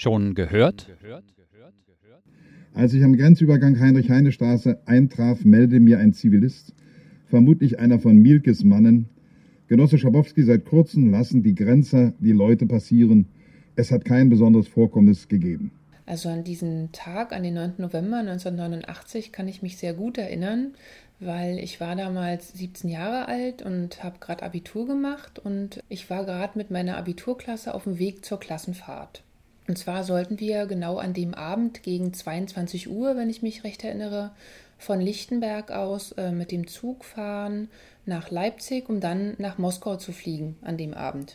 Schon gehört? Als ich am Grenzübergang Heinrich-Heine-Straße eintraf, meldete mir ein Zivilist, vermutlich einer von Mielkes Mannen: Genosse Schabowski, seit kurzem lassen die Grenzer die Leute passieren. Es hat kein besonderes Vorkommnis gegeben. Also an diesen Tag, an den 9. November 1989, kann ich mich sehr gut erinnern, weil ich war damals 17 Jahre alt und habe gerade Abitur gemacht und ich war gerade mit meiner Abiturklasse auf dem Weg zur Klassenfahrt. Und zwar sollten wir genau an dem Abend gegen 22 Uhr, wenn ich mich recht erinnere, von Lichtenberg aus mit dem Zug fahren nach Leipzig, um dann nach Moskau zu fliegen an dem Abend.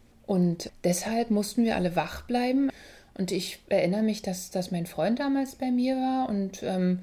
Und deshalb mussten wir alle wach bleiben. Und ich erinnere mich, dass mein Freund damals bei mir war und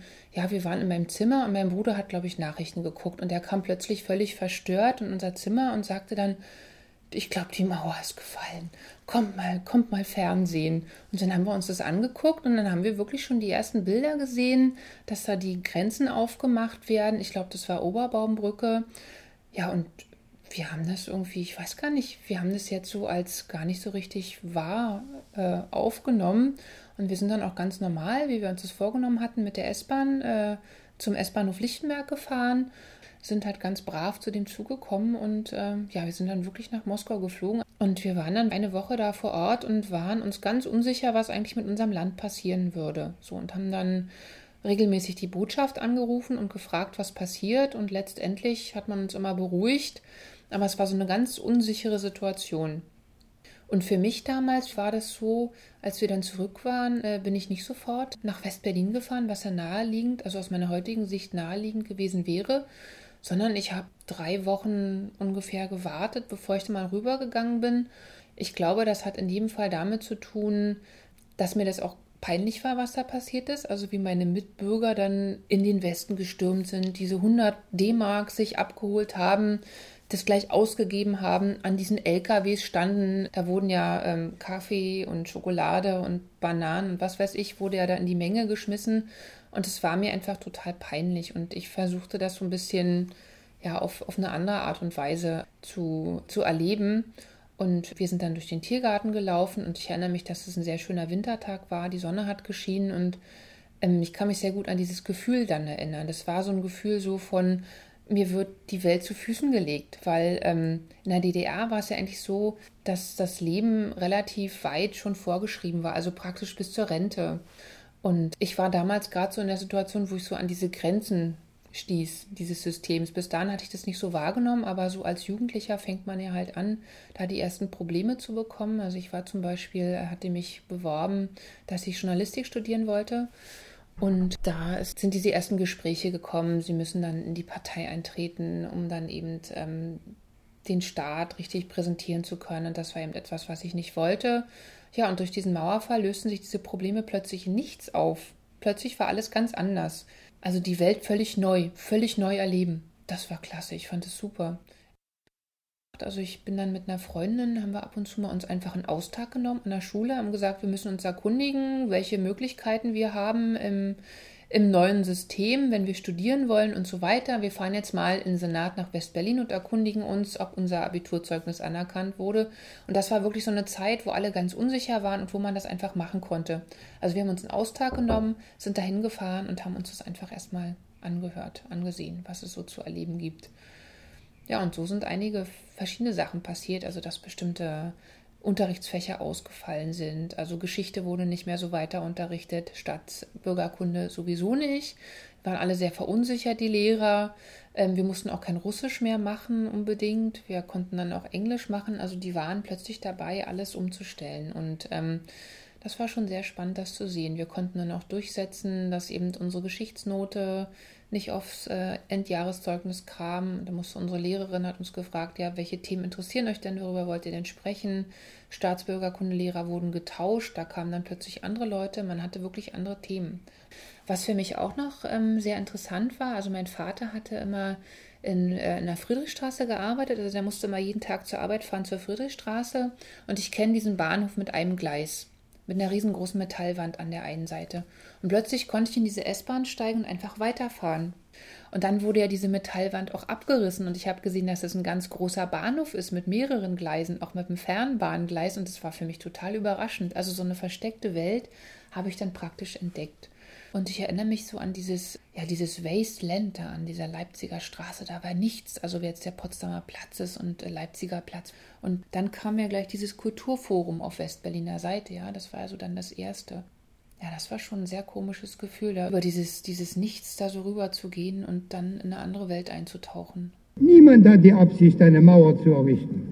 wir waren in meinem Zimmer und mein Bruder hat, glaube ich, Nachrichten geguckt und er kam plötzlich völlig verstört in unser Zimmer und sagte dann: Ich glaube, die Mauer ist gefallen. Kommt mal Fernsehen. Und dann haben wir uns das angeguckt und dann haben wir wirklich schon die ersten Bilder gesehen, dass da die Grenzen aufgemacht werden. Ich glaube, das war Oberbaumbrücke. Ja, und wir haben das irgendwie, ich weiß gar nicht, wir haben das jetzt so als gar nicht so richtig wahr aufgenommen. Und wir sind dann auch ganz normal, wie wir uns das vorgenommen hatten, mit der S-Bahn zum S-Bahnhof Lichtenberg gefahren, sind halt ganz brav zu dem Zug gekommen und wir sind dann wirklich nach Moskau geflogen. Und wir waren dann eine Woche da vor Ort und waren uns ganz unsicher, was eigentlich mit unserem Land passieren würde. So, und haben dann regelmäßig die Botschaft angerufen und gefragt, was passiert. Und letztendlich hat man uns immer beruhigt. Aber es war so eine ganz unsichere Situation. Und für mich damals war das so, als wir dann zurück waren, bin ich nicht sofort nach West-Berlin gefahren, was ja naheliegend, also aus meiner heutigen Sicht naheliegend gewesen wäre, sondern ich habe 3 Wochen ungefähr gewartet, bevor ich dann mal rübergegangen bin. Ich glaube, das hat in jedem Fall damit zu tun, dass mir das auch peinlich war, was da passiert ist. Also wie meine Mitbürger dann in den Westen gestürmt sind, diese 100 D-Mark sich abgeholt haben, das gleich ausgegeben haben, an diesen LKWs standen, da wurden ja Kaffee und Schokolade und Bananen und was weiß ich, wurde ja da in die Menge geschmissen und es war mir einfach total peinlich und ich versuchte das so ein bisschen auf eine andere Art und Weise zu erleben und wir sind dann durch den Tiergarten gelaufen und ich erinnere mich, dass es ein sehr schöner Wintertag war, die Sonne hat geschienen und ich kann mich sehr gut an dieses Gefühl dann erinnern. Das war so ein Gefühl so von: Mir wird die Welt zu Füßen gelegt, weil in der DDR war es ja eigentlich so, dass das Leben relativ weit schon vorgeschrieben war, also praktisch bis zur Rente. Und ich war damals gerade so in der Situation, wo ich so an diese Grenzen stieß, dieses Systems. Bis dahin hatte ich das nicht so wahrgenommen, aber so als Jugendlicher fängt man ja halt an, da die ersten Probleme zu bekommen. Also ich war zum Beispiel, hatte mich beworben, dass ich Journalistik studieren wollte. Und da sind diese ersten Gespräche gekommen. Sie müssen dann in die Partei eintreten, um dann eben den Staat richtig präsentieren zu können. Und das war eben etwas, was ich nicht wollte. Ja, und durch diesen Mauerfall lösten sich diese Probleme plötzlich in nichts auf. Plötzlich war alles ganz anders. Also die Welt völlig neu erleben. Das war klasse, ich fand es super. Also ich bin dann mit einer Freundin, haben wir ab und zu mal uns einfach einen Austag genommen an der Schule, haben gesagt, wir müssen uns erkundigen, welche Möglichkeiten wir haben im neuen System, wenn wir studieren wollen und so weiter. Wir fahren jetzt mal in den Senat nach West-Berlin und erkundigen uns, ob unser Abiturzeugnis anerkannt wurde. Und das war wirklich so eine Zeit, wo alle ganz unsicher waren und wo man das einfach machen konnte. Also wir haben uns einen Austag genommen, sind dahin gefahren und haben uns das einfach erstmal angesehen, was es so zu erleben gibt. Ja, und so sind einige verschiedene Sachen passiert, also dass bestimmte Unterrichtsfächer ausgefallen sind. Also Geschichte wurde nicht mehr so weiter unterrichtet, Staatsbürgerkunde sowieso nicht. Wir waren alle sehr verunsichert, die Lehrer. Wir mussten auch kein Russisch mehr machen unbedingt. Wir konnten dann auch Englisch machen. Also die waren plötzlich dabei, alles umzustellen. Und das war schon sehr spannend, das zu sehen. Wir konnten dann auch durchsetzen, dass eben unsere Geschichtsnote nicht aufs Endjahreszeugnis kam. Da musste unsere Lehrerin, hat uns gefragt, ja, welche Themen interessieren euch denn, worüber wollt ihr denn sprechen? Staatsbürgerkundelehrer wurden getauscht, da kamen dann plötzlich andere Leute, man hatte wirklich andere Themen. Was für mich auch noch sehr interessant war, also mein Vater hatte immer in der Friedrichstraße gearbeitet, also der musste immer jeden Tag zur Arbeit fahren zur Friedrichstraße und ich kenne diesen Bahnhof mit einem Gleis, mit einer riesengroßen Metallwand an der einen Seite. Und plötzlich konnte ich in diese S-Bahn steigen und einfach weiterfahren. Und dann wurde ja diese Metallwand auch abgerissen und ich habe gesehen, dass es ein ganz großer Bahnhof ist mit mehreren Gleisen, auch mit einem Fernbahngleis, und das war für mich total überraschend. Also so eine versteckte Welt habe ich dann praktisch entdeckt. Und ich erinnere mich so an dieses Wasteland da an dieser Leipziger Straße, da war nichts, also wie jetzt der Potsdamer Platz ist und Leipziger Platz. Und dann kam ja gleich dieses Kulturforum auf Westberliner Seite, ja, das war also dann das erste. Ja, das war schon ein sehr komisches Gefühl, da über dieses Nichts da so rüber zu gehen und dann in eine andere Welt einzutauchen. Niemand hat die Absicht, eine Mauer zu errichten.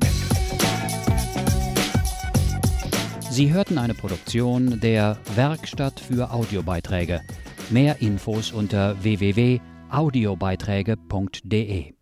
Sie hörten eine Produktion der Werkstatt für Audiobeiträge. Mehr Infos unter www.audiobeiträge.de